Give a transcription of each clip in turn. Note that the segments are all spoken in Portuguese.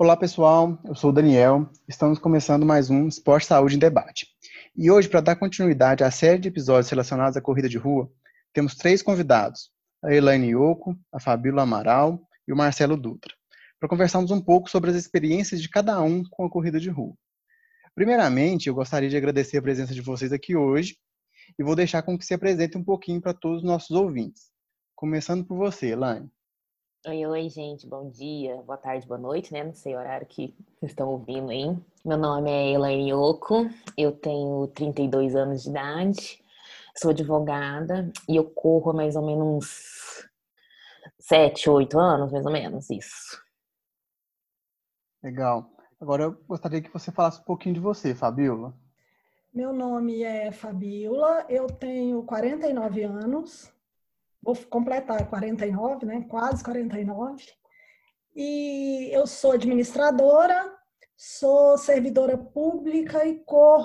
Olá pessoal, eu sou o Daniel, estamos começando mais um Esporte Saúde em Debate. E hoje, para dar continuidade à série de episódios relacionados à corrida de rua, temos três convidados, a Elaine Ioco, a Fabíola Amaral e o Marcelo Dutra, para conversarmos um pouco sobre as experiências de cada um com a corrida de rua. Primeiramente, eu gostaria de agradecer a presença de vocês aqui hoje e vou deixar com que se apresente um pouquinho para todos os nossos ouvintes. Começando por você, Elaine. Oi, gente, bom dia, boa tarde, boa noite, né? Não sei o horário que vocês estão ouvindo aí. Meu nome é Elaine Ioco, eu tenho 32 anos de idade, sou advogada e eu corro há mais ou menos uns 7, 8 anos, mais ou menos, isso. Legal. Agora eu gostaria que você falasse um pouquinho de você, Fabíola. Meu nome é Fabíola, eu tenho 49 anos, vou completar 49, né? Quase 49. E eu sou administradora, sou servidora pública e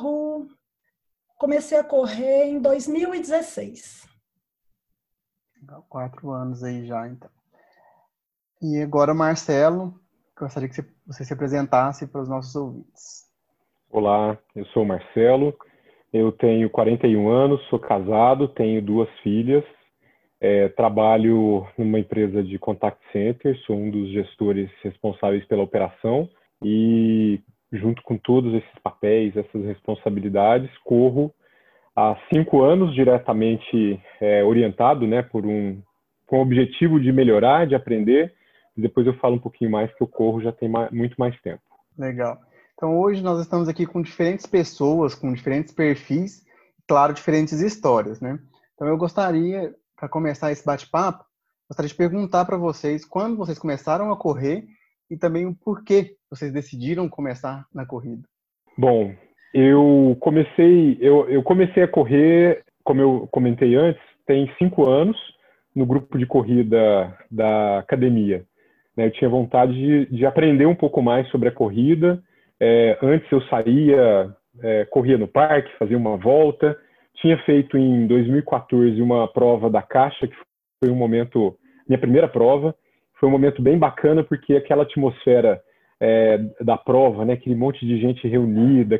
comecei a correr em 2016. Legal, 4 anos aí já, então. E agora, Marcelo, gostaria que você se apresentasse para os nossos ouvintes. Olá, eu sou o Marcelo, eu tenho 41 anos, sou casado, tenho 2 filhas, trabalho numa empresa de contact center, sou um dos gestores responsáveis pela operação e, junto com todos esses papéis, essas responsabilidades, corro há 5 anos diretamente orientado, né, com o objetivo de melhorar, de aprender. Depois eu falo um pouquinho mais que eu corro já tem muito mais tempo. Legal. Então hoje nós estamos aqui com diferentes pessoas, com diferentes perfis, claro, diferentes histórias, né? Então eu gostaria, para começar esse bate-papo, gostaria de perguntar para vocês quando vocês começaram a correr e também o porquê vocês decidiram começar na corrida. Bom, eu comecei a correr, como eu comentei antes, tem 5 anos, no grupo de corrida da academia. Eu tinha vontade de aprender um pouco mais sobre a corrida. Antes eu saía, corria no parque, fazia uma volta. Tinha feito em 2014 uma prova da Caixa, que foi minha primeira prova. Foi um momento bem bacana, porque aquela atmosfera da prova, né, aquele monte de gente reunida,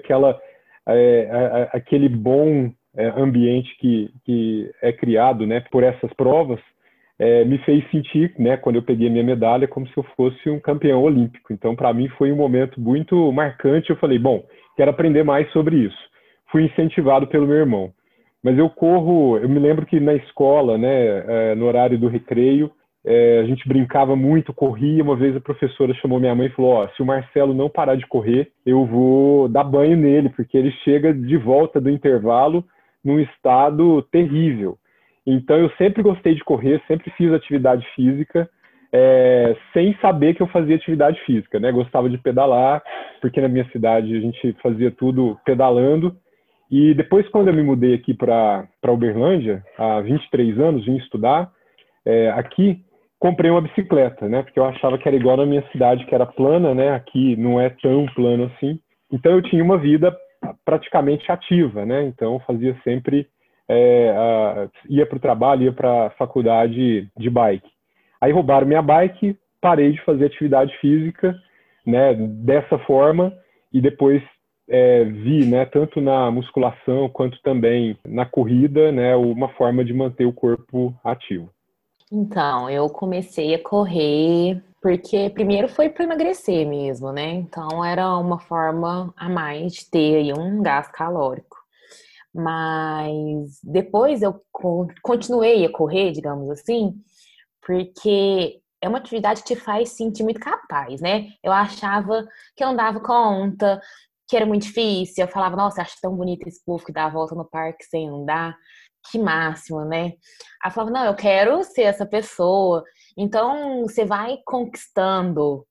aquele bom ambiente que é criado, né, por essas provas, me fez sentir, né, quando eu peguei a minha medalha, como se eu fosse um campeão olímpico. Então, para mim, foi um momento muito marcante. Eu falei, bom, quero aprender mais sobre isso. Fui incentivado pelo meu irmão. Mas eu me lembro que na escola, né, no horário do recreio, a gente brincava muito, corria. Uma vez a professora chamou minha mãe e falou, se o Marcelo não parar de correr, eu vou dar banho nele, porque ele chega de volta do intervalo num estado terrível. Então eu sempre gostei de correr, sempre fiz atividade física, sem saber que eu fazia atividade física, né? Gostava de pedalar, porque na minha cidade a gente fazia tudo pedalando. E depois, quando eu me mudei aqui para Uberlândia, há 23 anos, vim estudar aqui, comprei uma bicicleta, né? Porque eu achava que era igual na minha cidade, que era plana, né? Aqui não é tão plano assim. Então eu tinha uma vida praticamente ativa, né? Então fazia sempre... ia para o trabalho, ia para a faculdade de bike. Aí roubaram minha bike, parei de fazer atividade física, né, dessa forma, e depois vi, né, tanto na musculação quanto também na corrida, né, uma forma de manter o corpo ativo. Então, eu comecei a correr porque primeiro foi para emagrecer mesmo, né? Então era uma forma a mais de ter aí um gasto calórico. Mas depois eu continuei a correr, digamos assim, porque é uma atividade que te faz sentir muito capaz, né? Eu achava que eu não dava conta, que era muito difícil. Eu falava, nossa, acho tão bonito esse povo que dá a volta no parque sem andar. Que máximo, né? Aí eu falava, não, eu quero ser essa pessoa. Então, você vai conquistando,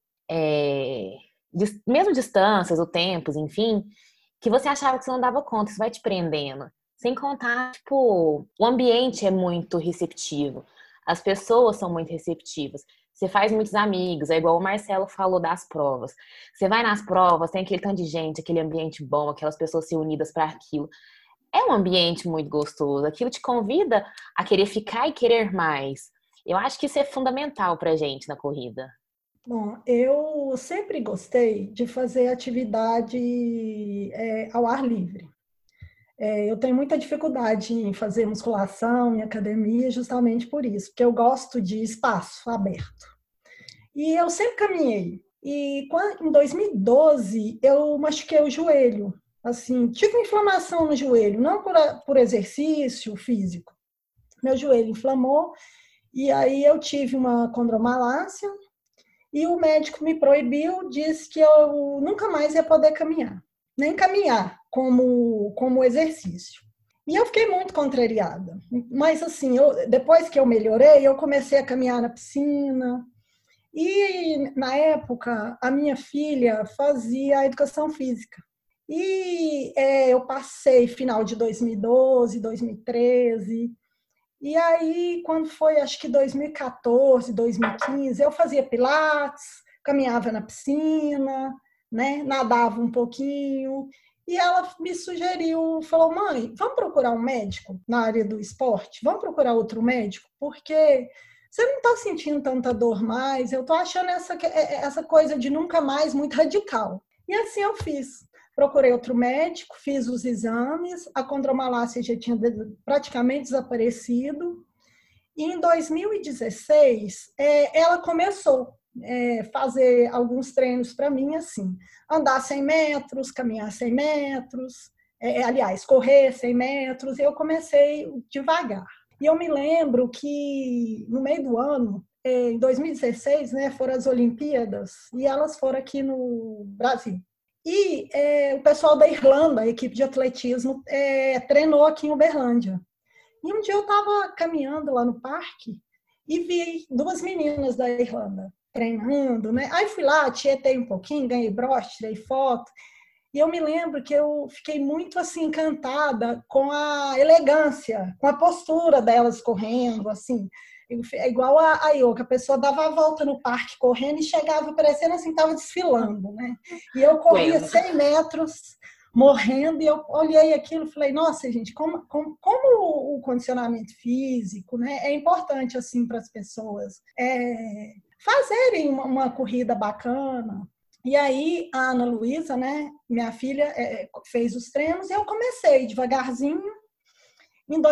mesmo distâncias ou tempos, enfim, que você achava que você não dava conta, isso vai te prendendo. Sem contar, tipo, o ambiente é muito receptivo. As pessoas são muito receptivas. Você faz muitos amigos, é igual o Marcelo falou das provas. Você vai nas provas, tem aquele tanto de gente, aquele ambiente bom, aquelas pessoas se unidas para aquilo. É um ambiente muito gostoso. Aquilo te convida a querer ficar e querer mais. Eu acho que isso é fundamental pra gente na corrida. Bom, eu sempre gostei de fazer atividade ao ar livre. Eu tenho muita dificuldade em fazer musculação em academia justamente por isso, porque eu gosto de espaço aberto. E eu sempre caminhei. E em 2012 eu machuquei o joelho. Assim, tive uma inflamação no joelho, não por exercício físico. Meu joelho inflamou e aí eu tive uma condromalácia e o médico me proibiu, disse que eu nunca mais ia poder caminhar, nem caminhar como exercício. E eu fiquei muito contrariada. Mas assim, depois que eu melhorei, eu comecei a caminhar na piscina. E na época, a minha filha fazia educação física. E eu passei final de 2012, 2013. E aí, quando foi, acho que 2014, 2015, eu fazia pilates, caminhava na piscina, né, nadava um pouquinho. E ela me sugeriu, falou, mãe, vamos procurar um médico na área do esporte? Vamos procurar outro médico? Porque você não está sentindo tanta dor mais, eu estou achando essa coisa de nunca mais muito radical. E assim eu fiz. Procurei outro médico, fiz os exames, a condromalácia já tinha praticamente desaparecido. E em 2016, ela começou a fazer alguns treinos para mim, assim, andar 100 metros, caminhar 100 metros, aliás, correr 100 metros, e eu comecei devagar. E eu me lembro que no meio do ano, em 2016, né, foram as Olimpíadas, e elas foram aqui no Brasil. E o pessoal da Irlanda, a equipe de atletismo, treinou aqui em Uberlândia. E um dia eu estava caminhando lá no parque e vi duas meninas da Irlanda treinando, né? Aí fui lá, tietei um pouquinho, ganhei broche, tirei foto. E eu me lembro que eu fiquei muito assim encantada com a elegância, com a postura delas correndo, assim. É igual a Ioka, a pessoa dava a volta no parque correndo e chegava parecendo assim, estava desfilando, né? E eu corria 100 metros, morrendo, e eu olhei aquilo e falei, nossa, gente, como o condicionamento físico, né, é importante assim para as pessoas fazerem uma corrida bacana. E aí a Ana Luísa, né, minha filha, fez os treinos e eu comecei devagarzinho. Em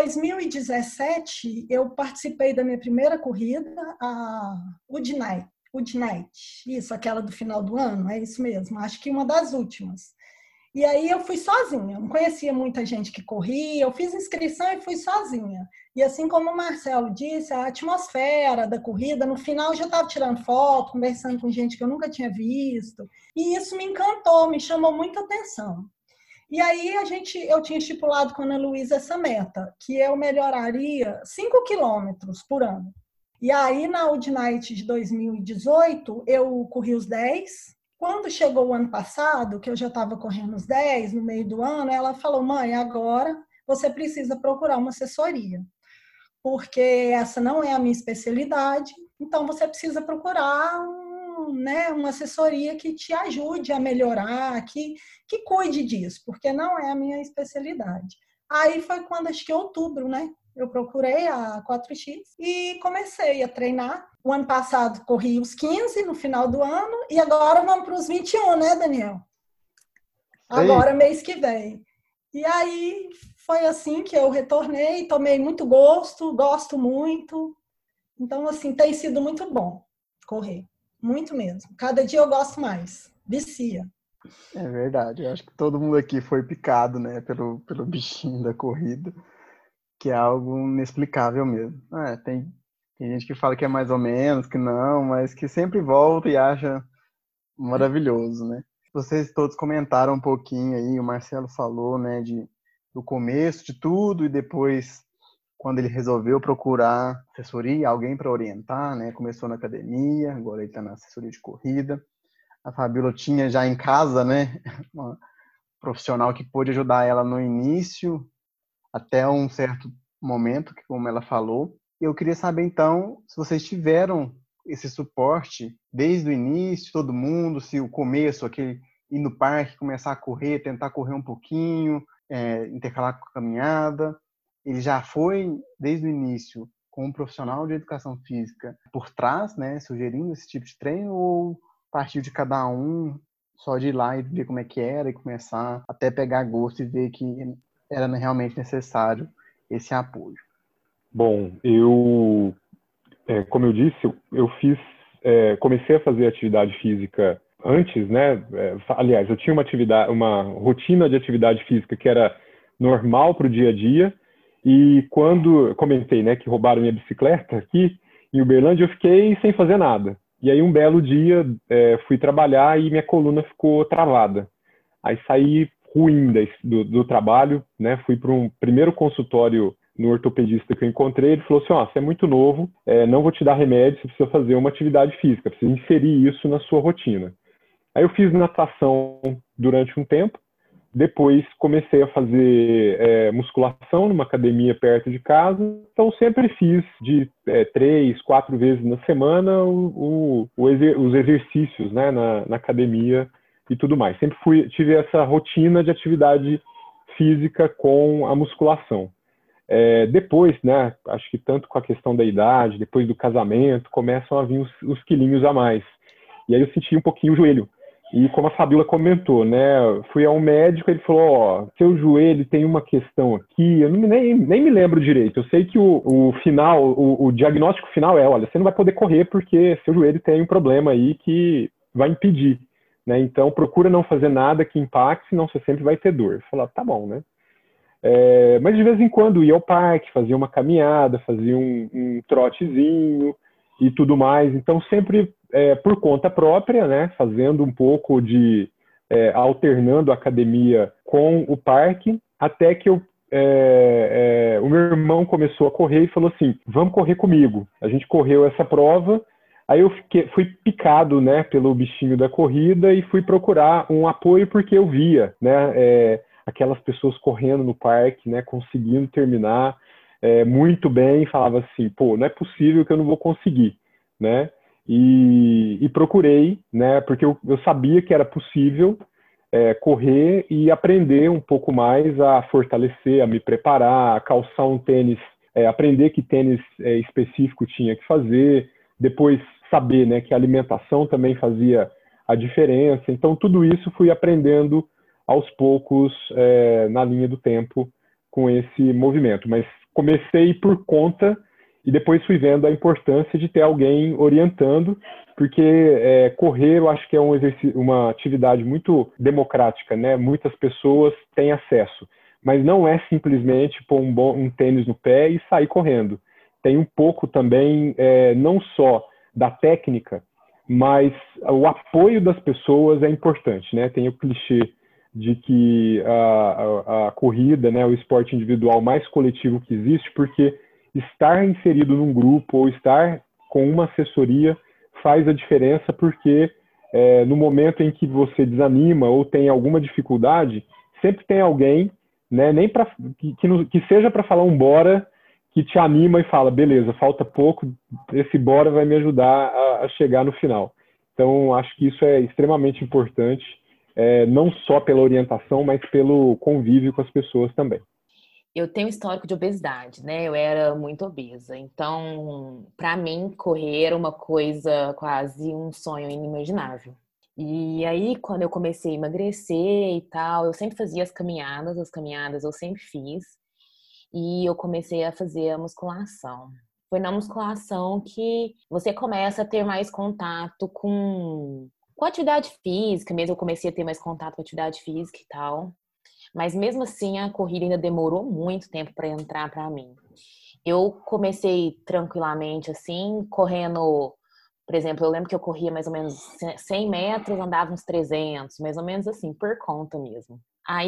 2017, eu participei da minha primeira corrida, a Wood Night, isso, aquela do final do ano, é isso mesmo, acho que uma das últimas. E aí eu fui sozinha, eu não conhecia muita gente que corria, eu fiz inscrição e fui sozinha. E assim como o Marcelo disse, a atmosfera da corrida, no final eu já estava tirando foto, conversando com gente que eu nunca tinha visto, e isso me encantou, me chamou muita atenção. E aí eu tinha estipulado com a Ana Luísa essa meta, que eu melhoraria 5 quilômetros por ano. E aí na Wood Night de 2018, eu corri os 10. Quando chegou o ano passado, que eu já estava correndo os 10, no meio do ano, ela falou, mãe, agora você precisa procurar uma assessoria, porque essa não é a minha especialidade, então você precisa procurar uma assessoria que te ajude a melhorar, que cuide disso, porque não é a minha especialidade. Aí foi quando, acho que em outubro, né? Eu procurei a 4X e comecei a treinar. O ano passado corri os 15 no final do ano e agora vamos para os 21, né, Daniel? Agora, mês que vem. E aí foi assim que eu retornei, tomei muito gosto, gosto muito. Então, assim, tem sido muito bom correr. Muito mesmo. Cada dia eu gosto mais. Vicia. É verdade. Eu acho que todo mundo aqui foi picado, né, pelo bichinho da corrida, que é algo inexplicável mesmo. Tem gente que fala que é mais ou menos, que não, mas que sempre volta e acha maravilhoso, né? Vocês todos comentaram um pouquinho aí, o Marcelo falou, né, do começo de tudo e depois, quando ele resolveu procurar assessoria, alguém para orientar, né? Começou na academia, agora ele está na assessoria de corrida. A Fabíola tinha já em casa, né, uma profissional que pôde ajudar ela no início, até um certo momento, que como ela falou. Eu queria saber, então, se vocês tiveram esse suporte desde o início, todo mundo, se o começo, aquele ir no parque, começar a correr, tentar correr um pouquinho, intercalar com a caminhada, ele já foi, desde o início, com um profissional de educação física por trás, né, sugerindo esse tipo de treino, ou partiu de cada um, só de ir lá e ver como é que era e começar até pegar gosto e ver que era realmente necessário esse apoio? Bom, como eu disse, comecei a fazer atividade física antes, né? Aliás, eu tinha uma rotina de atividade física que era normal para o dia a dia. E quando comentei, né, que roubaram minha bicicleta aqui em Uberlândia, eu fiquei sem fazer nada. E aí um belo dia fui trabalhar e minha coluna ficou travada. Aí saí ruim do trabalho, né? Fui para um primeiro consultório no ortopedista que eu encontrei. Ele falou assim: você é muito novo, não vou te dar remédio, você precisa fazer uma atividade física, precisa inserir isso na sua rotina. Aí eu fiz natação durante um tempo. Depois comecei a fazer musculação numa academia perto de casa. Então sempre fiz de 3, 4 vezes na semana os exercícios, né, na academia e tudo mais. Sempre tive essa rotina de atividade física com a musculação. Depois, né, acho que tanto com a questão da idade, depois do casamento, começam a vir os quilinhos a mais. E aí eu senti um pouquinho o joelho. E como a Fabíola comentou, né, fui ao médico, ele falou: seu joelho tem uma questão aqui, eu nem me lembro direito. Eu sei que o diagnóstico final olha, você não vai poder correr porque seu joelho tem um problema aí que vai impedir, né? Então procura não fazer nada que impacte, senão você sempre vai ter dor. Eu falei: tá bom, né? Mas de vez em quando ia ao parque, fazia uma caminhada, fazia um trotezinho e tudo mais. Então sempre por conta própria, né, fazendo um pouco alternando a academia com o parque, até que o meu irmão começou a correr e falou assim: vamos correr comigo. A gente correu essa prova, aí eu fui picado, né, pelo bichinho da corrida e fui procurar um apoio porque eu via, né, aquelas pessoas correndo no parque, né, conseguindo terminar muito bem, falava assim: pô, não é possível que eu não vou conseguir, né? E procurei, né, porque eu sabia que era possível correr e aprender um pouco mais a fortalecer, a me preparar, a calçar um tênis, aprender que tênis específico tinha que fazer, depois saber, né, que a alimentação também fazia a diferença. Então tudo isso fui aprendendo aos poucos na linha do tempo com esse movimento. Mas comecei por conta e depois fui vendo a importância de ter alguém orientando, porque correr eu acho que é uma atividade muito democrática, né? Muitas pessoas têm acesso, mas não é simplesmente pôr um tênis no pé e sair correndo. Tem um pouco também, não só da técnica, mas o apoio das pessoas é importante, né? Tem o clichê de que a corrida, né, o esporte individual mais coletivo que existe, porque estar inserido num grupo ou estar com uma assessoria faz a diferença, porque no momento em que você desanima ou tem alguma dificuldade, sempre tem alguém, né, nem que seja para falar um bora, que te anima e fala: beleza, falta pouco, esse bora vai me ajudar a chegar no final. Então, acho que isso é extremamente importante, não só pela orientação, mas pelo convívio com as pessoas também. Eu tenho histórico de obesidade, né? Eu era muito obesa. Então, para mim, correr era uma coisa, quase um sonho inimaginável. E aí, quando eu comecei a emagrecer e tal, eu sempre fazia as caminhadas eu sempre fiz. E eu comecei a fazer a musculação. Foi na musculação que você começa a ter mais contato com a atividade física, mesmo eu comecei a ter mais contato com a atividade física e tal. Mas mesmo assim, a corrida ainda demorou muito tempo para entrar para mim. Eu comecei tranquilamente, assim, correndo. Por exemplo, eu lembro que eu corria mais ou menos 100 metros, andava uns 300, mais ou menos assim, por conta mesmo.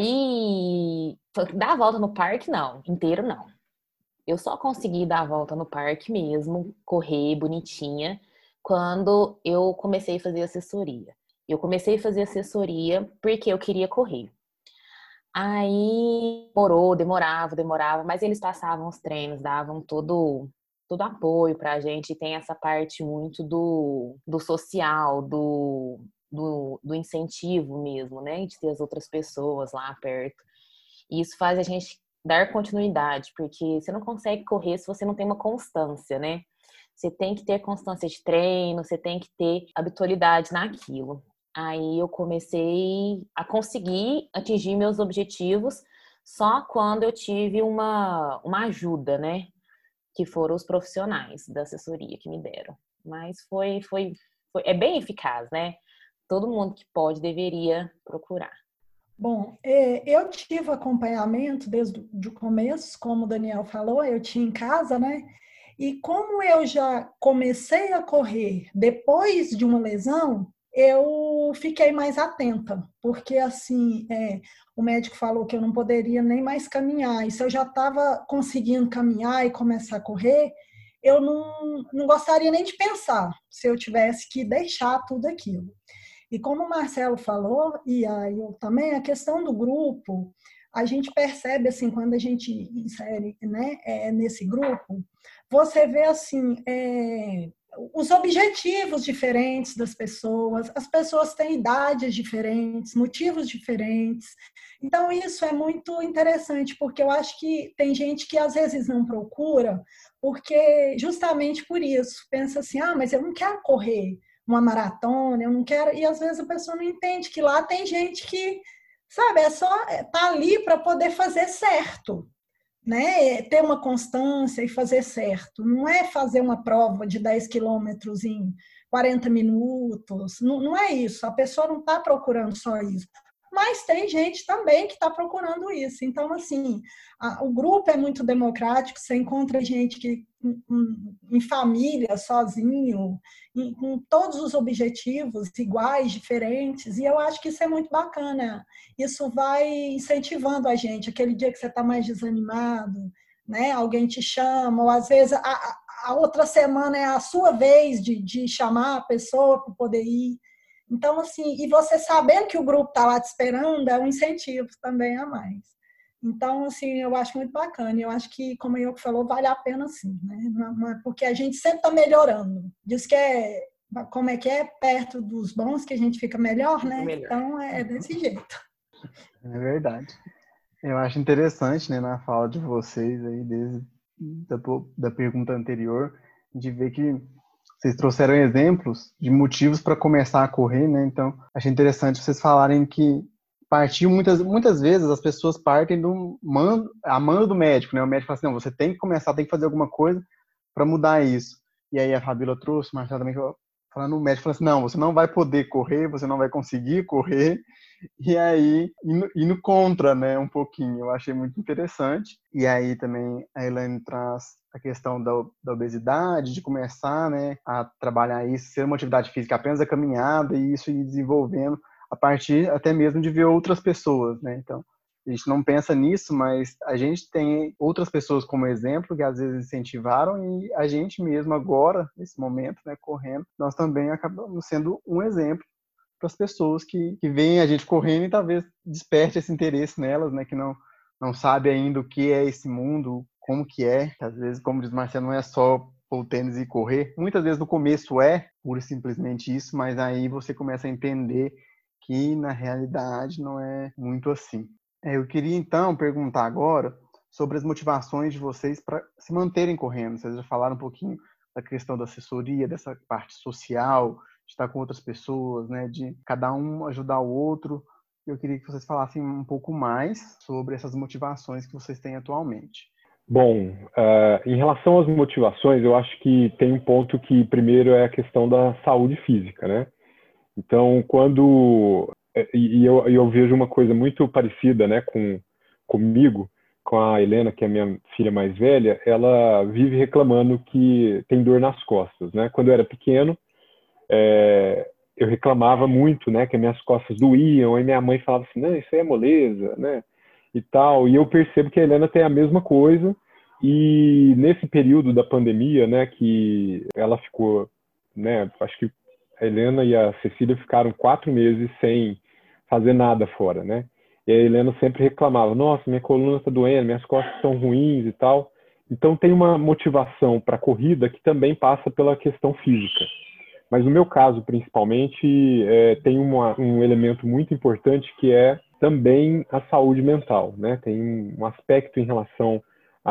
Aí, dar a volta no parque, não, inteiro não. Eu só consegui dar a volta no parque mesmo, correr bonitinha, quando eu comecei a fazer assessoria. Eu comecei a fazer assessoria porque eu queria correr. Aí demorava, mas eles passavam os treinos, davam todo apoio pra gente. E tem essa parte muito do social, do incentivo mesmo, né? De ter as outras pessoas lá perto. E isso faz a gente dar continuidade, porque você não consegue correr se você não tem uma constância, né? Você tem que ter constância de treino, você tem que ter habitualidade naquilo. Aí eu comecei a conseguir atingir meus objetivos só quando eu tive uma ajuda, né? Que foram os profissionais da assessoria que me deram. Mas é bem eficaz, né? Todo mundo que pode deveria procurar. Bom, eu tive acompanhamento desde o começo, como o Daniel falou, eu tinha em casa, né? E como eu já comecei a correr depois de uma lesão, eu fiquei mais atenta, porque assim, o médico falou que eu não poderia nem mais caminhar, e se eu já estava conseguindo caminhar e começar a correr, eu não gostaria nem de pensar se eu tivesse que deixar tudo aquilo. E como o Marcelo falou, e aí eu também, a questão do grupo, a gente percebe, assim, quando a gente insere, né, nesse grupo, você vê, assim, os objetivos diferentes das pessoas, as pessoas têm idades diferentes, motivos diferentes. Então, isso é muito interessante, porque eu acho que tem gente que às vezes não procura, porque justamente por isso, pensa assim, mas eu não quero correr uma maratona, eu não quero, e às vezes a pessoa não entende que lá tem gente que, sabe, é só tá ali para poder fazer certo, né? Ter uma constância e fazer certo. Não é fazer uma prova de 10 quilômetros em 40 minutos, não é isso. A pessoa não está procurando só isso. Mas tem gente também que está procurando isso. Então, assim, o grupo é muito democrático, você encontra gente que em família, sozinho, com todos os objetivos iguais, diferentes, e eu acho que isso é muito bacana. Isso vai incentivando a gente. Aquele dia que você está mais desanimado, né? Alguém te chama, ou às vezes a outra semana é a sua vez de chamar a pessoa para poder ir. Então, assim, e você sabendo que o grupo está lá te esperando, é um incentivo também a mais. Então, assim, eu acho muito bacana. Eu acho que, como eu que falou, vale a pena sim, né? Porque a gente sempre está melhorando. Diz que como é que é, perto dos bons que a gente fica melhor, né? Melhor. Então, é desse jeito. É verdade. Eu acho interessante, né, na fala de vocês aí, desde da pergunta anterior, de ver que vocês trouxeram exemplos de motivos para começar a correr, né? Então, achei interessante vocês falarem que partiu muitas vezes as pessoas partem do mando do médico, né? O médico fala assim, não, você tem que começar, tem que fazer alguma coisa para mudar isso. E aí a Fabíola trouxe, o Marcelo também falando, o médico falou assim, não, você não vai poder correr, você não vai conseguir correr. E aí, indo contra, né, um pouquinho, eu achei muito interessante. E aí também a Elaine traz a questão da obesidade, de começar, né, a trabalhar isso, ser uma atividade física apenas a caminhada e isso ir desenvolvendo a partir até mesmo de ver outras pessoas, né? Então, a gente não pensa nisso, mas a gente tem outras pessoas como exemplo que às vezes incentivaram e a gente mesmo agora, nesse momento, né, correndo, nós também acabamos sendo um exemplo para as pessoas que veem a gente correndo e talvez desperte esse interesse nelas, né, que não sabe ainda o que é esse mundo, como que é. Às vezes, como diz o Marcelo, não é só pôr o tênis e correr. Muitas vezes no começo é pura e simplesmente isso, mas aí você começa a entender que na realidade não é muito assim. Eu queria então perguntar agora sobre as motivações de vocês para se manterem correndo. Vocês já falaram um pouquinho da questão da assessoria, dessa parte social, de estar com outras pessoas, né, de cada um ajudar o outro. Eu queria que vocês falassem um pouco mais sobre essas motivações que vocês têm atualmente. Bom, em relação às motivações, eu acho que tem um ponto que primeiro é a questão da saúde física, né? Então, eu vejo uma coisa muito parecida, né, comigo, com a Helena, que é a minha filha mais velha, ela vive reclamando que tem dor nas costas, né? Quando eu era pequeno, eu reclamava muito, né, que as minhas costas doíam, aí minha mãe falava assim, não, isso aí é moleza, né, e tal, e eu percebo que a Helena tem a mesma coisa, e nesse período da pandemia, né, que ela ficou, né, acho que a Helena e a Cecília ficaram 4 meses sem fazer nada fora, né, e a Helena sempre reclamava, nossa, minha coluna está doendo, minhas costas estão ruins e tal, então tem uma motivação para a corrida que também passa pela questão física. Mas no meu caso, principalmente, tem um elemento muito importante que é também a saúde mental, né? Tem um aspecto em relação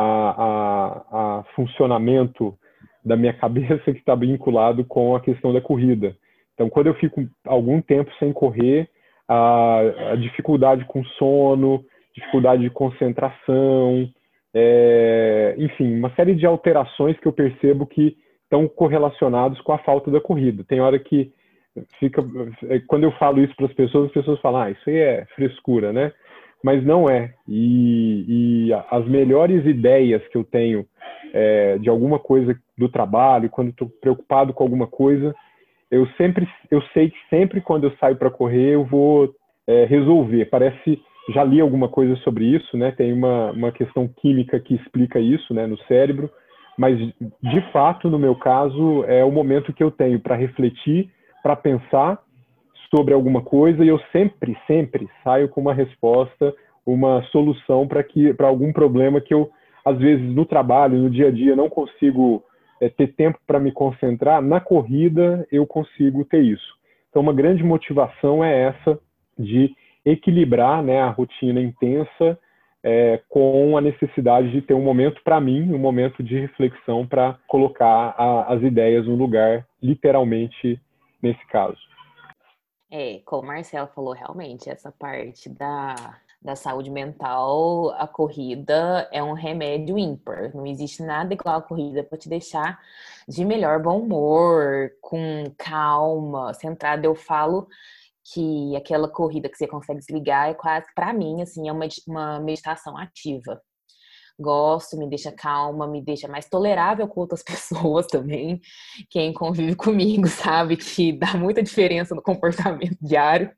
a funcionamento da minha cabeça que está vinculado com a questão da corrida. Então, quando eu fico algum tempo sem correr, a dificuldade com sono, dificuldade de concentração, enfim, uma série de alterações que eu percebo que estão correlacionados com a falta da corrida. Tem hora que quando eu falo isso para as pessoas falam, isso aí é frescura, né? Mas não é. E as melhores ideias que eu tenho de alguma coisa do trabalho, quando estou preocupado com alguma coisa, eu sei que sempre quando eu saio para correr eu vou resolver. Já li alguma coisa sobre isso, né? Tem uma questão química que explica isso, né, no cérebro, mas de fato, no meu caso, é o momento que eu tenho para refletir, para pensar sobre alguma coisa, e eu sempre saio com uma resposta, uma solução para algum problema que eu, às vezes, no trabalho, no dia a dia, não consigo ter tempo para me concentrar. Na corrida, eu consigo ter isso. Então, uma grande motivação é essa de equilibrar, né, a rotina intensa com a necessidade de ter um momento para mim, um momento de reflexão para colocar as ideias no lugar, literalmente, nesse caso. Como o Marcelo falou, realmente, essa parte da saúde mental, a corrida é um remédio ímpar. Não existe nada igual a corrida para te deixar de melhor bom humor, com calma, centrada. Eu falo que aquela corrida que você consegue desligar é quase, para mim, assim, é uma meditação ativa. Gosto, me deixa calma, me deixa mais tolerável com outras pessoas também. Quem convive comigo sabe que dá muita diferença no comportamento diário.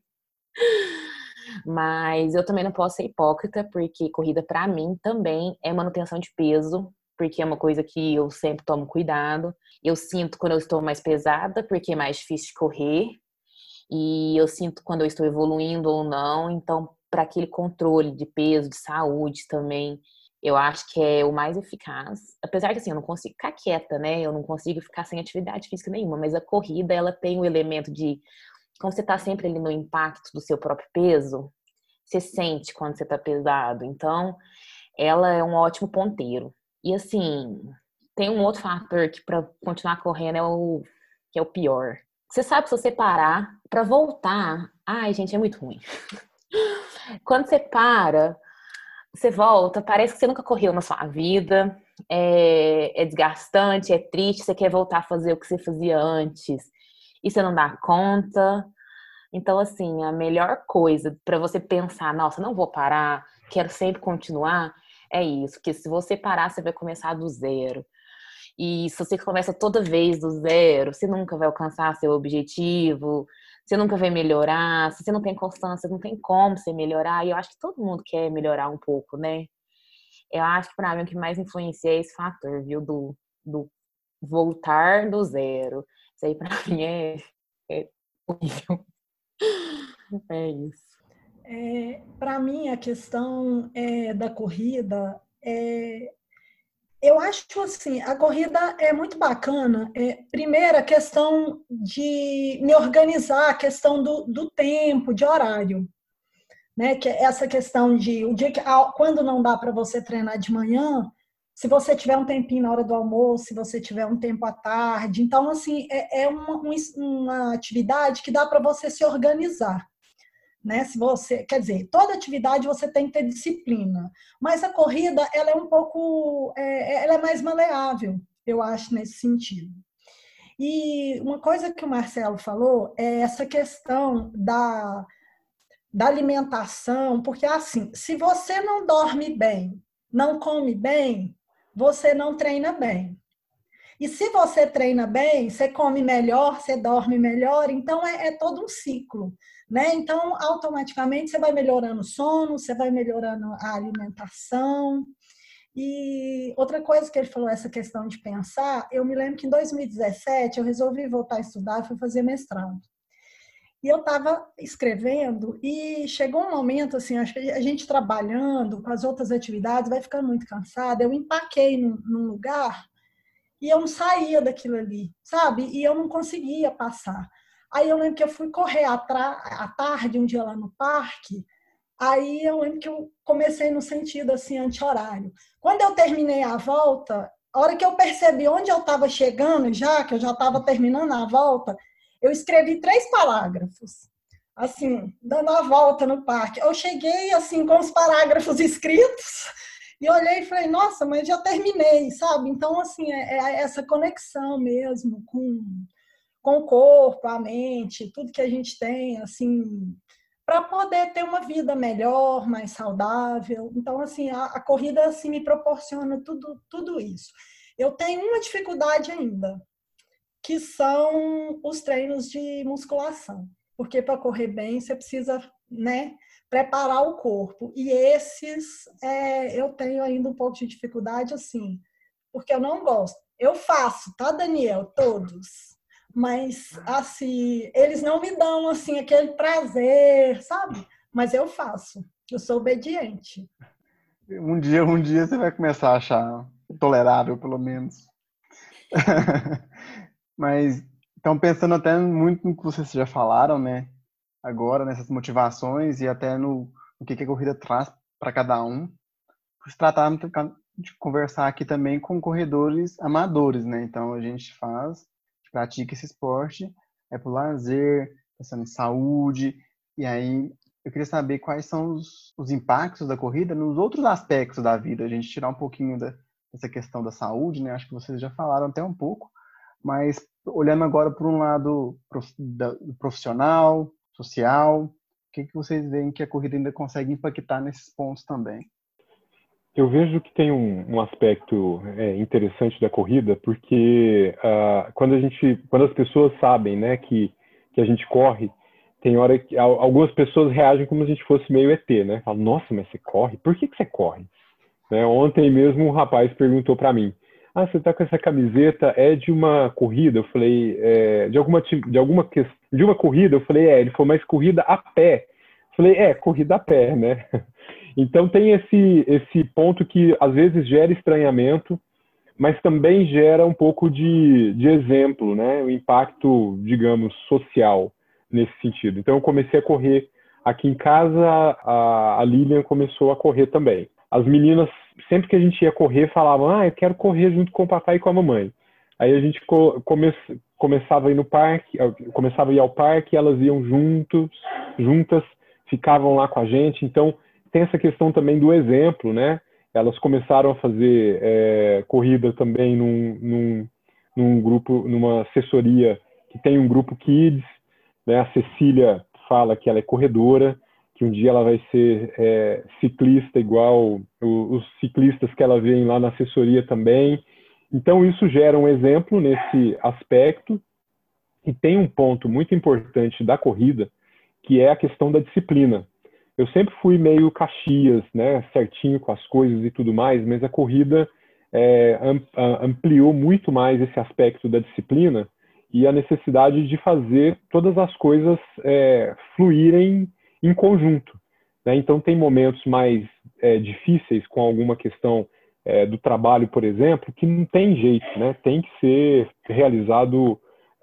Mas eu também não posso ser hipócrita, porque corrida para mim também é manutenção de peso, porque é uma coisa que eu sempre tomo cuidado. Eu sinto quando eu estou mais pesada, porque é mais difícil de correr. E eu sinto quando eu estou evoluindo ou não. Então, para aquele controle de peso, de saúde também, eu acho que é o mais eficaz. Apesar que, assim, eu não consigo ficar quieta, né? Eu não consigo ficar sem atividade física nenhuma. Mas a corrida, ela tem o elemento de... Como você tá sempre ali no impacto do seu próprio peso, você sente quando você tá pesado. Então, ela é um ótimo ponteiro. E, assim, tem um outro fator que para continuar correndo que é o pior. Você sabe que se você parar, pra voltar... Ai, gente, é muito ruim. Quando você para... Você volta, parece que você nunca correu na sua vida, é desgastante, é triste, você quer voltar a fazer o que você fazia antes e você não dá conta. Então, assim, a melhor coisa para você pensar, nossa, não vou parar, quero sempre continuar, é isso, porque se você parar, você vai começar do zero. E se você começa toda vez do zero, você nunca vai alcançar seu objetivo, você nunca vai melhorar. Se você não tem constância, não tem como você melhorar. E eu acho que todo mundo quer melhorar um pouco, né? Eu acho que para mim o que mais influencia é esse fator, viu? Do voltar do zero. Isso aí para mim é horrível. É isso. Para mim, a questão da corrida eu acho assim, a corrida é muito bacana. Primeiro, a questão de me organizar, a questão do tempo, de horário, né? Que é essa questão de o dia quando não dá para você treinar de manhã, se você tiver um tempinho na hora do almoço, se você tiver um tempo à tarde, então assim é uma atividade que dá para você se organizar. Né? Se você, quer dizer, toda atividade você tem que ter disciplina, mas a corrida ela é um pouco, ela é mais maleável, eu acho nesse sentido. E uma coisa que o Marcelo falou é essa questão da alimentação, porque assim, se você não dorme bem, não come bem, você não treina bem. E se você treina bem, você come melhor, você dorme melhor, então é todo um ciclo, né? Então, automaticamente, você vai melhorando o sono, você vai melhorando a alimentação. E outra coisa que ele falou, essa questão de pensar, eu me lembro que em 2017 eu resolvi voltar a estudar, fui fazer mestrado. E eu estava escrevendo e chegou um momento, assim, acho que a gente trabalhando com as outras atividades vai ficando muito cansada, eu empaquei num lugar e eu não saía daquilo ali, sabe? E eu não conseguia passar. Aí eu lembro que eu fui correr à tarde, um dia lá no parque, Aí eu lembro que eu comecei no sentido assim, anti-horário. Quando eu terminei a volta, a hora que eu percebi onde eu estava chegando já, que eu já estava terminando a volta, eu escrevi 3 parágrafos, assim, dando a volta no parque. Eu cheguei, assim, com os parágrafos escritos e olhei e falei, nossa, mas já terminei, sabe? Então, assim, é essa conexão mesmo com o corpo, a mente, tudo que a gente tem, assim, para poder ter uma vida melhor, mais saudável. Então, assim, a corrida assim, me proporciona tudo isso. Eu tenho uma dificuldade ainda, que são os treinos de musculação. Porque para correr bem, você precisa, né, preparar o corpo. E esses, eu tenho ainda um pouco de dificuldade, assim, porque eu não gosto. Eu faço, tá, Daniel? Todos. Mas, assim, eles não me dão, assim, aquele prazer, sabe? Mas eu faço. Eu sou obediente. Um dia você vai começar a achar tolerável, pelo menos. Mas, então, pensando até muito no que vocês já falaram, né? Agora, nessas motivações e até no que a corrida traz para cada um, se tratar de conversar aqui também com corredores amadores, né? Então, a gente pratica esse esporte, é por lazer, pensando em saúde, e aí eu queria saber quais são os impactos da corrida nos outros aspectos da vida, a gente tirar um pouquinho dessa questão da saúde, né? Acho que vocês já falaram até um pouco, mas olhando agora por um lado profissional, social, o que vocês veem que a corrida ainda consegue impactar nesses pontos também? Eu vejo que tem um aspecto interessante da corrida, porque quando as pessoas sabem, né, que a gente corre, tem hora que algumas pessoas reagem como se a gente fosse meio ET, né? Falam, nossa, mas você corre? Por que você corre? Né? Ontem mesmo um rapaz perguntou para mim, você tá com essa camiseta, é de uma corrida? Eu falei, de uma corrida? Eu falei, ele falou, mas corrida a pé. Eu falei, corrida a pé, né? Então tem esse ponto que às vezes gera estranhamento, mas também gera um pouco de exemplo, né? O impacto, digamos, social nesse sentido. Então eu comecei a correr aqui em casa, a Lilian começou a correr também. As meninas, sempre que a gente ia correr, falavam, eu quero correr junto com o papai e com a mamãe. Aí a gente começava a ir no parque, começava a ir ao parque, elas iam juntas, ficavam lá com a gente. Então tem essa questão também do exemplo, né? Elas começaram a fazer corrida também num grupo, numa assessoria que tem um grupo Kids, né? A Cecília fala que ela é corredora, que um dia ela vai ser ciclista igual os ciclistas que ela vê lá na assessoria também. Então isso gera um exemplo nesse aspecto. E tem um ponto muito importante da corrida, que é a questão da disciplina. Eu sempre fui meio Caxias, né, certinho com as coisas e tudo mais, mas a corrida ampliou muito mais esse aspecto da disciplina e a necessidade de fazer todas as coisas fluírem em conjunto. Né? Então, tem momentos mais difíceis com alguma questão do trabalho, por exemplo, que não tem jeito, né? Tem que ser realizado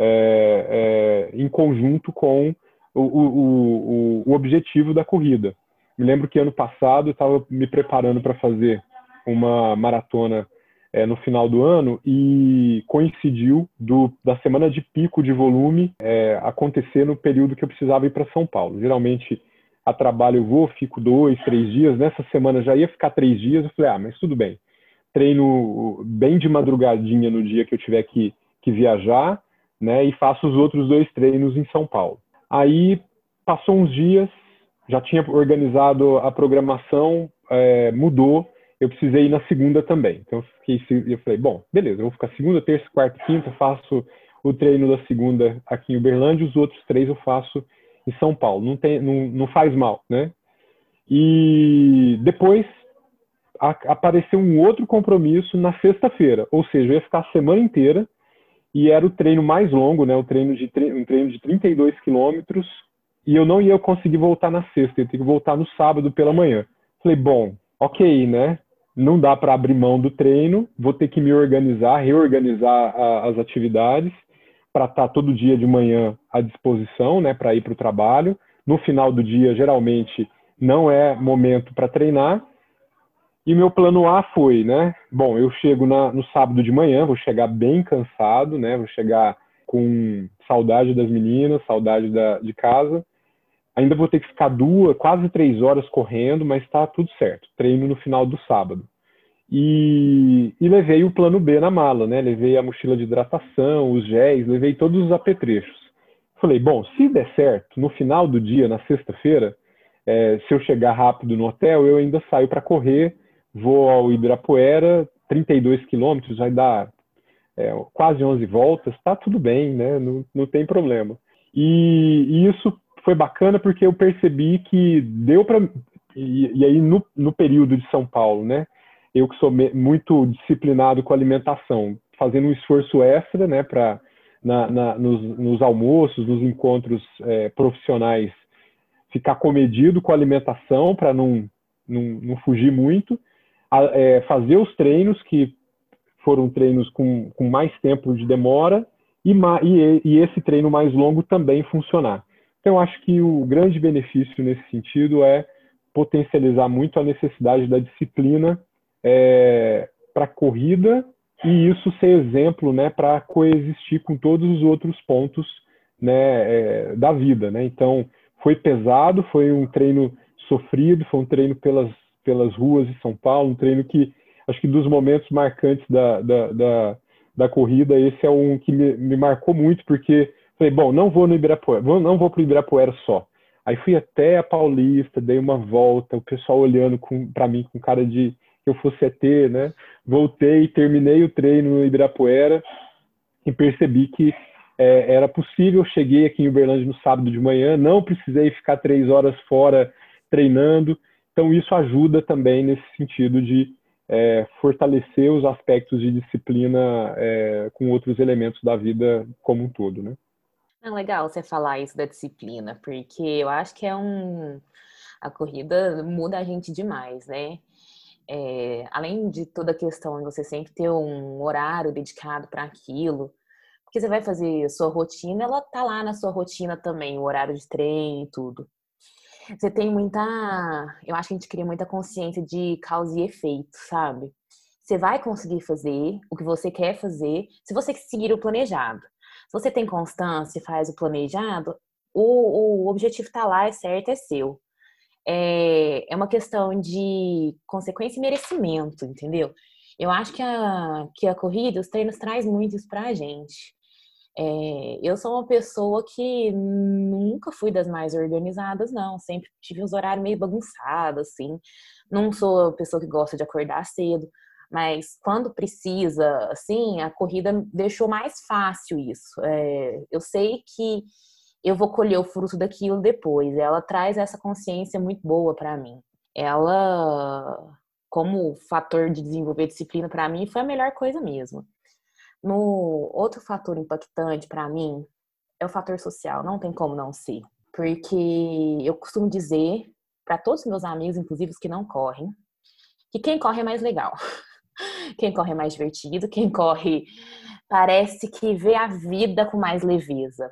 em conjunto com o objetivo da corrida. Me lembro que ano passado eu estava me preparando para fazer uma maratona no final do ano e coincidiu da semana de pico de volume acontecer no período que eu precisava ir para São Paulo. Geralmente a trabalho eu vou, fico 2, 3 dias. Nessa semana já ia ficar 3 dias. Eu falei, mas tudo bem. Treino bem de madrugadinha no dia que eu tiver que viajar, né? E faço os outros 2 treinos em São Paulo. Aí passou uns dias, já tinha organizado a programação, mudou, eu precisei ir na segunda também. Então eu falei, bom, beleza, eu vou ficar segunda, terça, quarta, quinta, faço o treino da segunda aqui em Uberlândia, os outros 3 eu faço em São Paulo. Não faz mal, né? E depois apareceu um outro compromisso na sexta-feira, ou seja, eu ia ficar a semana inteira e era o treino mais longo, né? Um treino de 32 quilômetros, e eu não ia conseguir voltar na sexta, eu ia ter que voltar no sábado pela manhã. Falei, bom, ok, né? Não dá para abrir mão do treino, vou ter que me reorganizar as atividades para estar todo dia de manhã à disposição, né? Para ir para o trabalho. No final do dia, geralmente, não é momento para treinar. E meu plano A foi, né? Bom, eu chego no sábado de manhã, vou chegar bem cansado, né? Vou chegar com saudade das meninas, saudade de casa. Ainda vou ter que ficar quase 3 horas correndo, mas tá tudo certo. Treino no final do sábado. E levei o plano B na mala, né? Levei a mochila de hidratação, os géis, levei todos os apetrechos. Falei, bom, se der certo, no final do dia, na sexta-feira, se eu chegar rápido no hotel, eu ainda saio para correr, vou ao Ibirapuera, 32 quilômetros, vai dar quase 11 voltas, tá tudo bem, né? Não tem problema. E isso foi bacana porque eu percebi que deu para... E aí, no período de São Paulo, né? Eu que sou muito disciplinado com a alimentação, fazendo um esforço extra, né? Nos almoços, nos encontros profissionais, ficar comedido com a alimentação para não fugir muito, fazer os treinos, que foram treinos com mais tempo de demora, e esse treino mais longo também funcionar. Então, eu acho que o grande benefício nesse sentido é potencializar muito a necessidade da disciplina para a corrida, e isso ser exemplo, né, para coexistir com todos os outros pontos, né, da vida, né? Então, foi pesado, foi um treino sofrido, foi um treino pelas ruas de São Paulo, um treino que, acho que dos momentos marcantes da corrida, esse é um que me marcou muito, porque falei, bom, não vou no Ibirapuera, não vou para o Ibirapuera só. Aí fui até a Paulista, dei uma volta, o pessoal olhando para mim com cara de que eu fosse ET, né? Voltei, terminei o treino no Ibirapuera e percebi que era possível. Cheguei aqui em Uberlândia no sábado de manhã, não precisei ficar 3 horas fora treinando. Então isso ajuda também nesse sentido de fortalecer os aspectos de disciplina com outros elementos da vida como um todo, né? É legal você falar isso da disciplina, porque eu acho que a corrida muda a gente demais, né? Além de toda a questão de você sempre ter um horário dedicado para aquilo, porque você vai fazer a sua rotina, ela tá lá na sua rotina também, o horário de treino e tudo. Você tem eu acho que a gente cria muita consciência de causa e efeito, sabe? Você vai conseguir fazer o que você quer fazer se você seguir o planejado. Se você tem constância e faz o planejado, o objetivo tá lá, é certo, é seu. É uma questão de consequência e merecimento, entendeu? Eu acho que a corrida, os treinos traz muito isso pra gente. Eu sou uma pessoa que nunca fui das mais organizadas, não. Sempre tive uns horários meio bagunçados, assim. Não sou a pessoa que gosta de acordar cedo, mas quando precisa, assim, a corrida deixou mais fácil isso. Eu sei que eu vou colher o fruto daquilo depois. Ela traz essa consciência muito boa para mim. Ela, como fator de desenvolver disciplina para mim, foi a melhor coisa mesmo. No outro fator impactante para mim é o fator social, não tem como não ser. Porque eu costumo dizer para todos os meus amigos, inclusive os que não correm, que quem corre é mais legal. Quem corre é mais divertido, quem corre parece que vê a vida com mais leveza.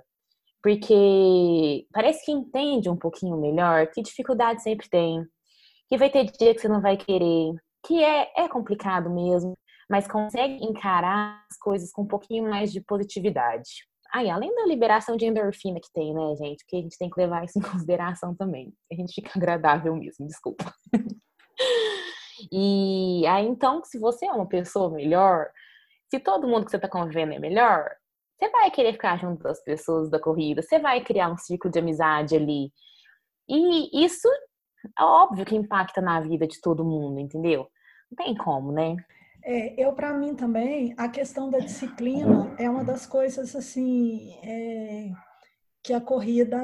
Porque parece que entende um pouquinho melhor que dificuldade sempre tem, que vai ter dia que você não vai querer, que é complicado mesmo, mas consegue encarar as coisas com um pouquinho mais de positividade. Além da liberação de endorfina que tem, né, gente? Que a gente tem que levar isso em consideração também. A gente fica agradável mesmo, desculpa. E aí, então, se você é uma pessoa melhor, se todo mundo que você está convivendo é melhor, você vai querer ficar junto das pessoas da corrida, você vai criar um ciclo de amizade ali. E isso é óbvio que impacta na vida de todo mundo, entendeu? Não tem como, né? Para mim também, a questão da disciplina é uma das coisas assim que a corrida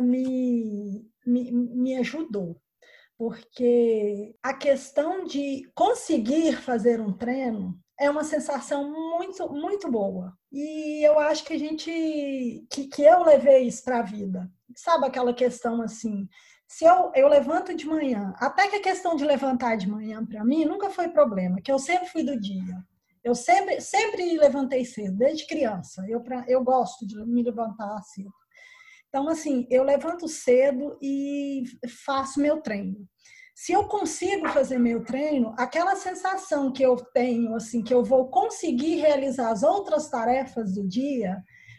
me ajudou. Porque a questão de conseguir fazer um treino é uma sensação muito, muito boa. E eu acho que que eu levei isso para a vida. Sabe aquela questão assim, se eu levanto de manhã, até que a questão de levantar de manhã para mim nunca foi problema, que eu sempre fui do dia. Eu sempre levantei cedo, desde criança. Eu gosto de me levantar cedo. Então, assim, eu levanto cedo e faço meu treino. Se eu consigo fazer meu treino, aquela sensação que eu tenho, assim, que eu vou conseguir realizar as outras tarefas do dia,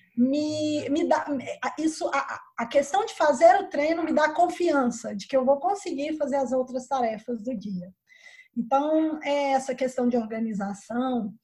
me dá isso, a questão de fazer o treino me dá confiança de que eu vou conseguir fazer as outras tarefas do dia. Então, é essa questão de organização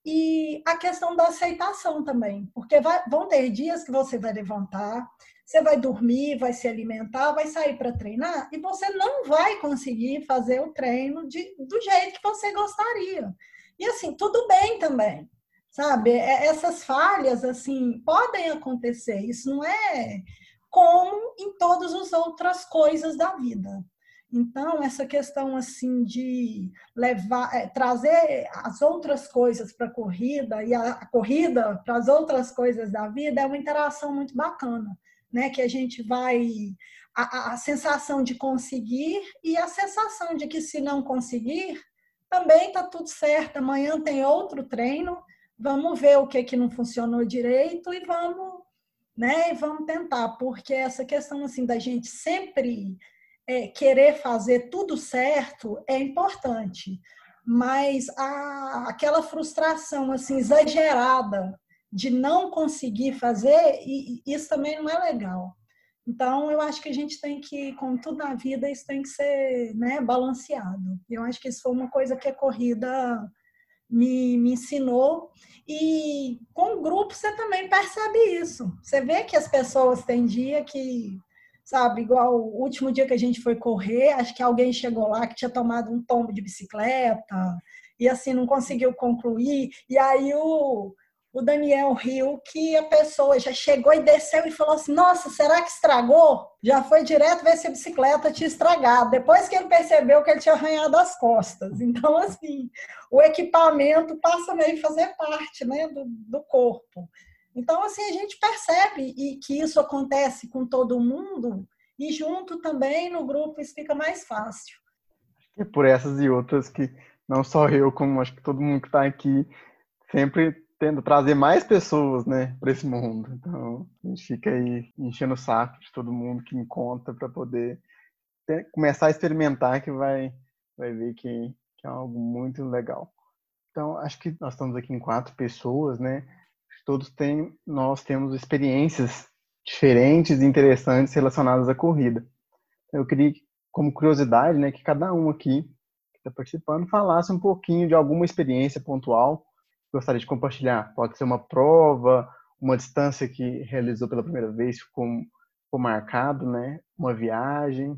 e a questão da aceitação também, porque vão ter dias que você vai levantar, você vai dormir, vai se alimentar, vai sair para treinar e você não vai conseguir fazer o treino do jeito que você gostaria. E assim, tudo bem também, sabe? Essas falhas, assim, podem acontecer. Isso não é como em todas as outras coisas da vida. Então, essa questão assim de trazer as outras coisas para a corrida e a corrida para as outras coisas da vida é uma interação muito bacana, né? Que a gente vai a sensação de conseguir e a sensação de que se não conseguir também está tudo certo. Amanhã tem outro treino, vamos ver o que não funcionou direito e vamos, né? E vamos tentar, porque essa questão assim da gente sempre querer fazer tudo certo é importante, mas aquela frustração assim exagerada de não conseguir fazer, isso também não é legal. Então, eu acho que a gente tem que, como tudo na vida, isso tem que ser, né, balanceado. Eu acho que isso foi uma coisa que a corrida me ensinou. E com o grupo você também percebe isso. Você vê que as pessoas têm dia que, sabe, igual o último dia que a gente foi correr, acho que alguém chegou lá que tinha tomado um tombo de bicicleta e assim não conseguiu concluir. E aí o Daniel riu que a pessoa já chegou e desceu e falou assim: nossa, será que estragou? Já foi direto ver se a bicicleta tinha estragado. Depois que ele percebeu que ele tinha arranhado as costas. Então, assim, o equipamento passa meio a fazer parte, né, do corpo. Então, assim, a gente percebe que isso acontece com todo mundo e junto também no grupo isso fica mais fácil. E por essas e outras que não só eu, como acho que todo mundo que está aqui, sempre tendo trazer mais pessoas, né, para esse mundo. Então, a gente fica aí enchendo o saco de todo mundo que encontra para poder começar a experimentar, que vai ver que é algo muito legal. Então, acho que nós estamos aqui em 4 pessoas, né? Nós temos experiências diferentes e interessantes relacionadas à corrida. Eu queria, como curiosidade, né, que cada um aqui que está participando falasse um pouquinho de alguma experiência pontual que gostaria de compartilhar. Pode ser uma prova, uma distância que realizou pela primeira vez, ficou marcado, né? Uma viagem.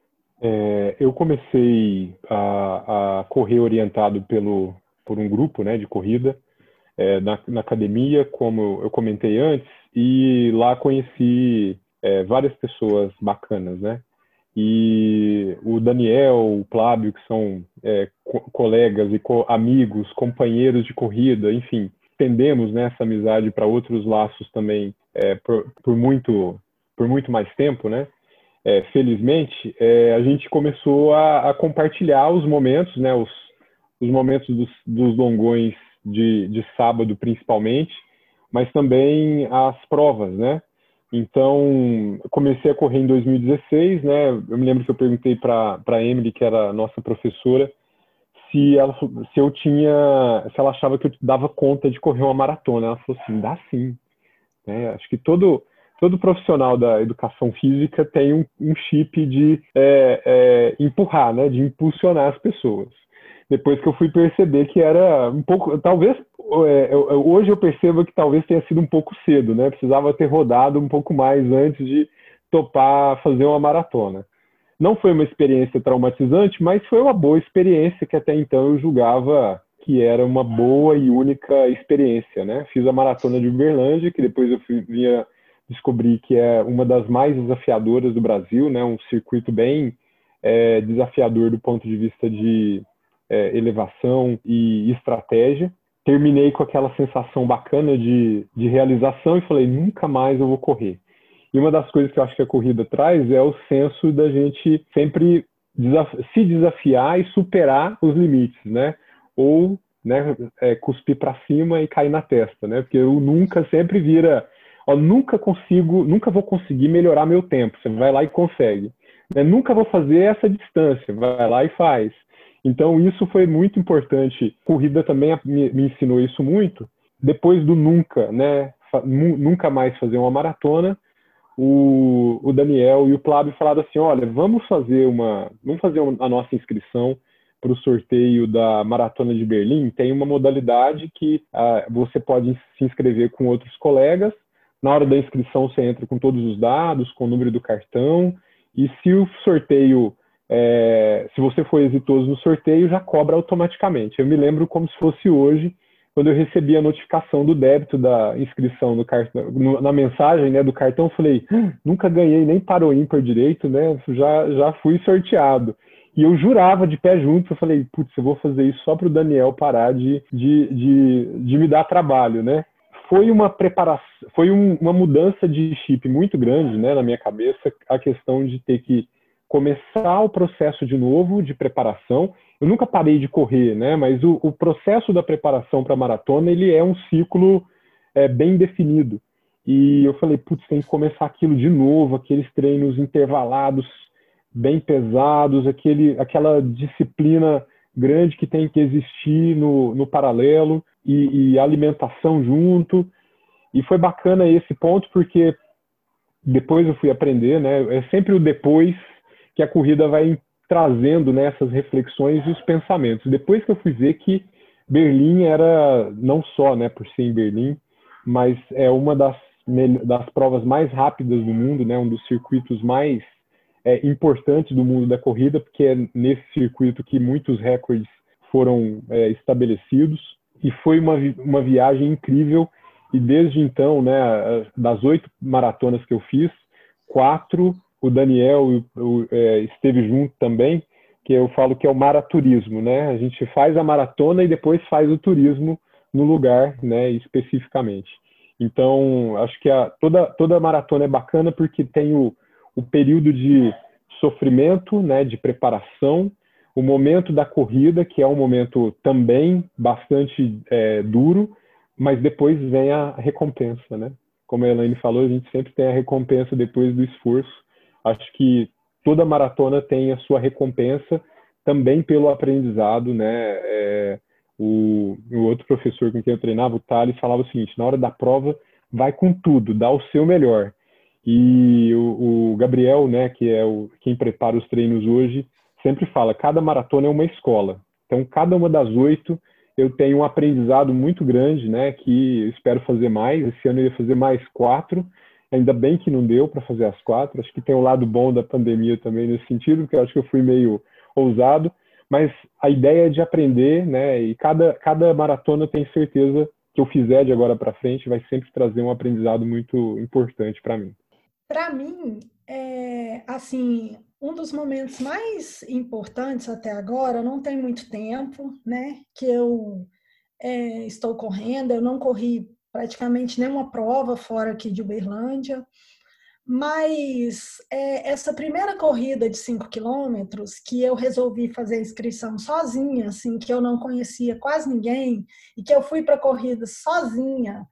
Eu comecei a correr orientado por um grupo, né, de corrida na academia, como eu comentei antes, e lá conheci várias pessoas bacanas, né? E o Daniel, o Plábio, que são colegas e amigos, companheiros de corrida, enfim, estendemos, né, essa amizade para outros laços também por muito mais tempo, né? Felizmente, a gente começou a compartilhar os momentos, né, os momentos dos longões de sábado, principalmente, mas também as provas, né? Então, comecei a correr em 2016, né? Eu me lembro que eu perguntei para a Emily, que era a nossa professora, se ela achava que eu dava conta de correr uma maratona. Ela falou assim: dá sim. Né? Acho que todo profissional da educação física tem um chip de empurrar, né? De impulsionar as pessoas. Depois que eu fui perceber que era um pouco, talvez, hoje eu percebo que talvez tenha sido um pouco cedo, né? Precisava ter rodado um pouco mais antes de topar fazer uma maratona. Não foi uma experiência traumatizante, mas foi uma boa experiência que até então eu julgava que era uma boa e única experiência, né? Fiz a maratona de Uberlândia, que depois eu vinha descobrir que é uma das mais desafiadoras do Brasil, né? Um circuito bem desafiador do ponto de vista de elevação e estratégia. Terminei com aquela sensação bacana de realização e falei: nunca mais eu vou correr. E uma das coisas que eu acho que a corrida traz é o senso da gente sempre se desafiar e superar os limites, né? Ou, né, cuspir para cima e cair na testa, né? Porque o nunca sempre vira ó, nunca vou conseguir melhorar meu tempo. Você vai lá e consegue. Né? Nunca vou fazer essa distância. Vai lá e faz. Então, isso foi muito importante. Corrida também me ensinou isso muito. Depois do nunca, né? Nunca mais fazer uma maratona, o Daniel e o Plávio falaram assim, olha, vamos fazer a nossa inscrição para o sorteio da Maratona de Berlim. Tem uma modalidade que você pode se inscrever com outros colegas. Na hora da inscrição, você entra com todos os dados, com o número do cartão, e se o sorteio, se você for exitoso no sorteio, já cobra automaticamente. Eu me lembro como se fosse hoje, quando eu recebi a notificação do débito da inscrição no cartão, na mensagem, né, do cartão, eu falei, nunca ganhei nem para o ímpar direito, né, já fui sorteado. E eu jurava de pé junto, eu falei, putz, eu vou fazer isso só para o Daniel parar de me dar trabalho, né. Foi uma preparação, foi uma mudança de chip muito grande, né, na minha cabeça, a questão de ter que começar o processo de novo, de preparação. Eu nunca parei de correr, né, mas o processo da preparação para a maratona, ele é um ciclo bem definido. E eu falei, putz, tem que começar aquilo de novo, aqueles treinos intervalados, bem pesados, aquela disciplina grande que tem que existir no paralelo, e alimentação junto. E foi bacana esse ponto, porque depois eu fui aprender, né? É sempre o depois que a corrida vai trazendo, né, essas reflexões e os pensamentos. Depois que eu fui ver que Berlim era, não só, né, por ser em Berlim, mas é uma das provas mais rápidas do mundo, né? Um dos circuitos mais importantes do mundo da corrida, porque é nesse circuito que muitos recordes foram estabelecidos. E foi uma viagem incrível. E desde então, né, das 8 maratonas que eu fiz, 4 o Daniel esteve junto também, que eu falo que é o maraturismo, né? A gente faz a maratona e depois faz o turismo no lugar, né, especificamente. Então, acho que toda maratona é bacana porque tem o período de sofrimento, né, de preparação, o momento da corrida, que é um momento também bastante duro, mas depois vem a recompensa, né? Como a Elaine falou, a gente sempre tem a recompensa depois do esforço. Acho que toda maratona tem a sua recompensa, também pelo aprendizado, né? O outro professor com quem eu treinava, o Thales, falava o seguinte, na hora da prova, vai com tudo, dá o seu melhor. E o Gabriel, né, que é quem prepara os treinos hoje, sempre fala, cada maratona é uma escola. Então, cada uma das 8, eu tenho um aprendizado muito grande, né, que eu espero fazer mais. Esse ano eu ia fazer mais 4, ainda bem que não deu para fazer as 4. Acho que tem um lado bom da pandemia também nesse sentido, porque eu acho que eu fui meio ousado. Mas a ideia é de aprender, né, e cada maratona, tenho certeza que eu fizer de agora para frente, vai sempre trazer um aprendizado muito importante para mim. Para mim, assim, um dos momentos mais importantes até agora, não tem muito tempo, né, que eu estou correndo, eu não corri praticamente nenhuma prova fora aqui de Uberlândia, mas essa primeira corrida de 5 quilômetros, que eu resolvi fazer a inscrição sozinha, assim, que eu não conhecia quase ninguém, e que eu fui para a corrida sozinha,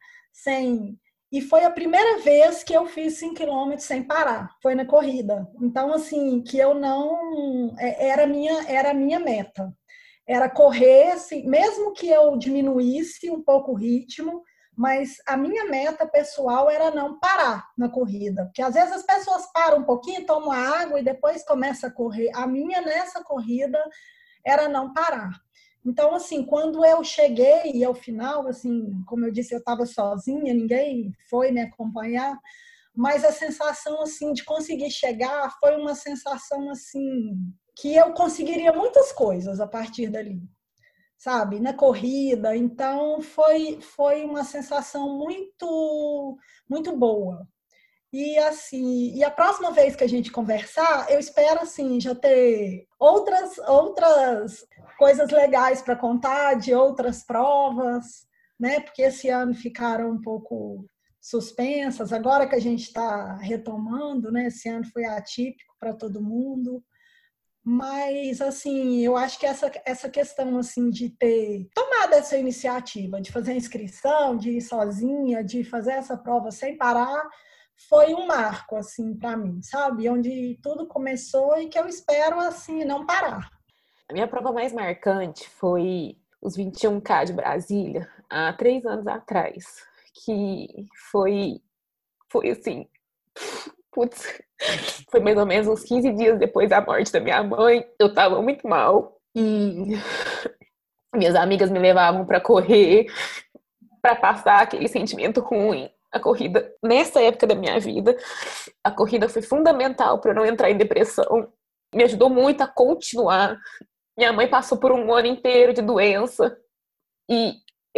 e foi a primeira vez que eu fiz 5 quilômetros sem parar, foi na corrida. Então, assim, que eu não... Era a minha meta. Era correr, assim, mesmo que eu diminuísse um pouco o ritmo, mas a minha meta pessoal era não parar na corrida. Porque às vezes as pessoas param um pouquinho, tomam água e depois começam a correr. A minha, nessa corrida, era não parar. Então, assim, quando eu cheguei ao final, assim, como eu disse, eu estava sozinha, ninguém foi me acompanhar, mas a sensação, assim, de conseguir chegar foi uma sensação, assim, que eu conseguiria muitas coisas a partir dali, sabe? Na corrida. Então, foi uma sensação muito, muito boa. E assim, e a próxima vez que a gente conversar, eu espero assim já ter outras coisas legais para contar de outras provas, né? Porque esse ano ficaram um pouco suspensas. Agora que a gente está retomando, né? Esse ano foi atípico para todo mundo, Mas, assim, eu acho que essa questão, assim, de ter tomado essa iniciativa, de fazer a inscrição, de ir sozinha, de fazer essa prova sem parar, foi um marco, assim, para mim, sabe? Onde tudo começou e que eu espero, assim, não parar. A minha prova mais marcante foi os 21K de Brasília, há 3 anos atrás, que foi assim, putz, foi mais ou menos uns 15 dias depois da morte da minha mãe. Eu tava muito mal e minhas amigas me levavam para correr, para passar aquele sentimento ruim. A corrida, nessa época da minha vida, a corrida foi fundamental para eu não entrar em depressão. Me ajudou muito a continuar. Minha mãe passou por um ano inteiro de doença e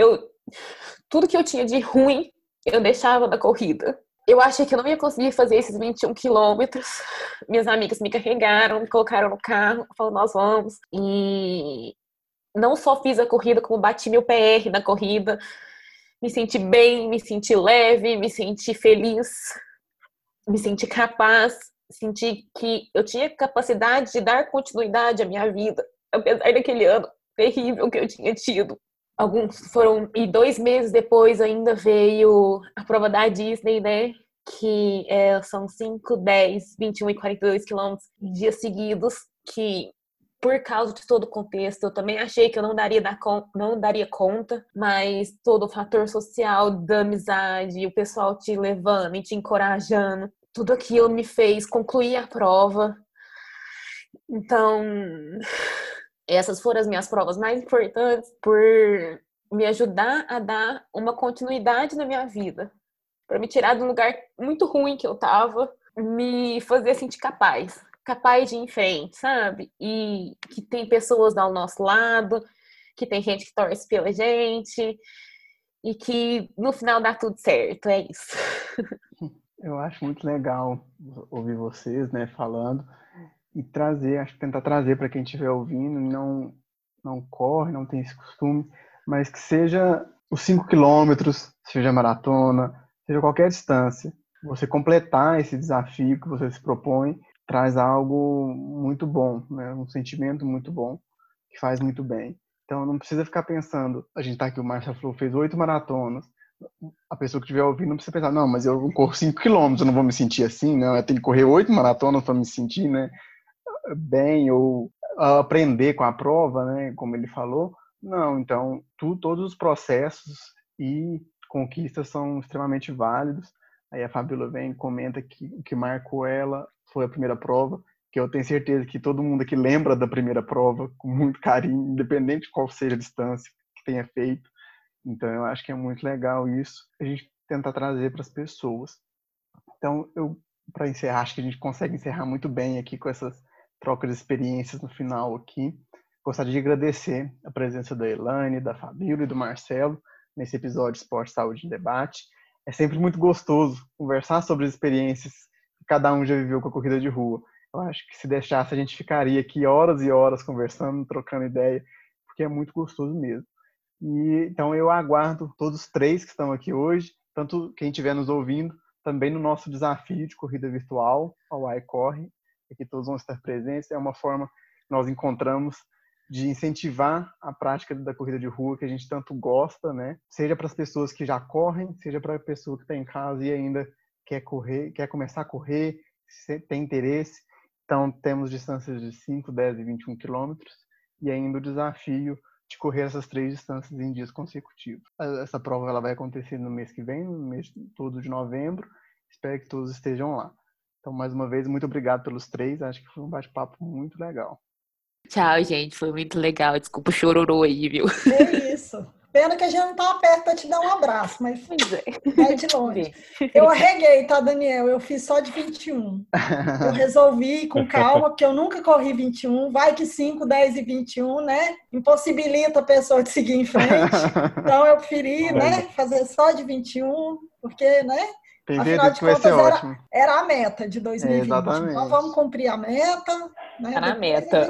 tudo que eu tinha de ruim, eu deixava na corrida. Eu achei que eu não ia conseguir fazer esses 21 quilômetros. Minhas amigas me carregaram, me colocaram no carro, falaram, nós vamos. E não só fiz a corrida, como bati meu PR na corrida. Me senti bem, me senti leve, me senti feliz, me senti capaz. Senti que eu tinha capacidade de dar continuidade à minha vida, apesar daquele ano terrível que eu tinha tido. E 2 meses depois ainda veio a prova da Disney, né? Que são 5, 10, 21 e 42 quilômetros em dias seguidos, que por causa de todo o contexto, eu também achei que eu não daria conta, mas todo o fator social da amizade, o pessoal te levando e te encorajando, tudo aquilo me fez concluir a prova. Então, essas foram as minhas provas mais importantes por me ajudar a dar uma continuidade na minha vida, para me tirar de um lugar muito ruim que eu tava, me fazer sentir capaz de ir em frente, sabe? E que tem pessoas ao nosso lado, que tem gente que torce pela gente e que no final dá tudo certo, é isso. Eu acho muito legal ouvir vocês, né, falando e tentar trazer para quem estiver ouvindo, não corre, não tem esse costume, mas que seja os 5 quilômetros, seja maratona, seja qualquer distância, você completar esse desafio que você se propõe, traz algo muito bom, né, um sentimento muito bom, que faz muito bem. Então não precisa ficar pensando, a gente tá aqui, o Marcelo falou, fez 8 maratonas, a pessoa que estiver ouvindo não precisa pensar, não, mas eu corro 5 quilômetros, eu não vou me sentir assim, não, eu tenho que correr 8 maratonas para me sentir, né, bem, ou aprender com a prova, né, como ele falou. Não, então, todos os processos e conquistas são extremamente válidos. Aí a Fabíola vem e comenta que o que marcou ela foi a primeira prova, que eu tenho certeza que todo mundo aqui lembra da primeira prova com muito carinho, independente de qual seja a distância que tenha feito. Então, eu acho que é muito legal isso, a gente tentar trazer para as pessoas. Então, para encerrar, acho que a gente consegue encerrar muito bem aqui com essas trocas de experiências no final aqui. Gostaria de agradecer a presença da Elaine, da Fabíola e do Marcelo nesse episódio Esporte, Saúde em Debate. É sempre muito gostoso conversar sobre as experiências que cada um já viveu com a corrida de rua. Eu acho que se deixasse a gente ficaria aqui horas e horas conversando, trocando ideia, porque é muito gostoso mesmo. E então eu aguardo todos os 3 que estão aqui hoje, tanto quem estiver nos ouvindo, também no nosso desafio de corrida virtual, ao iCorre, que todos vão estar presentes. É uma forma que nós encontramos de incentivar a prática da corrida de rua que a gente tanto gosta, né? Seja para as pessoas que já correm, seja para a pessoa que está em casa e ainda quer correr, quer começar a correr, tem interesse. Então, temos distâncias de 5, 10 e 21 quilômetros e ainda o desafio de correr essas 3 distâncias em dias consecutivos. Essa prova ela vai acontecer no mês que vem, no mês todo de novembro. Espero que todos estejam lá. Então, mais uma vez, muito obrigado pelos 3. Acho que foi um bate-papo muito legal. Tchau, gente. Foi muito legal. Desculpa o chororô aí, viu? É isso. Pena que a gente não tá perto para te dar um abraço, mas vai de longe. Eu arreguei, tá, Daniel? Eu fiz só de 21. Eu resolvi com calma, porque eu nunca corri 21. Vai que 5, 10 e 21, né? Impossibilita a pessoa de seguir em frente. Então, eu preferi, né, fazer só de 21, porque, né? Tem Afinal de contas, era a meta de 2020. Exatamente. Então, vamos cumprir a meta. Né? Tá na meta.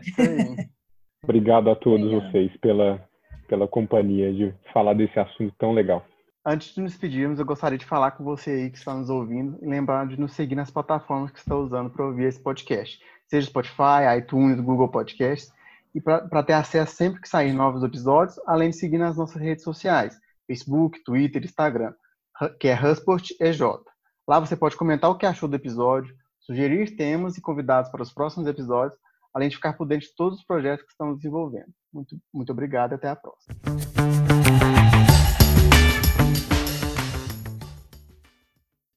Obrigado a todos vocês pela companhia de falar desse assunto tão legal. Antes de nos despedirmos, eu gostaria de falar com você aí que está nos ouvindo e lembrar de nos seguir nas plataformas que está usando para ouvir esse podcast. seja Spotify, iTunes, Google Podcasts, e para ter acesso sempre que sair novos episódios, além de seguir nas nossas redes sociais, Facebook, Twitter, Instagram, que é Husport EJ. Lá você pode comentar o que achou do episódio, sugerir temas e convidados para os próximos episódios, além de ficar por dentro de todos os projetos que estamos desenvolvendo. Muito obrigado e até a próxima.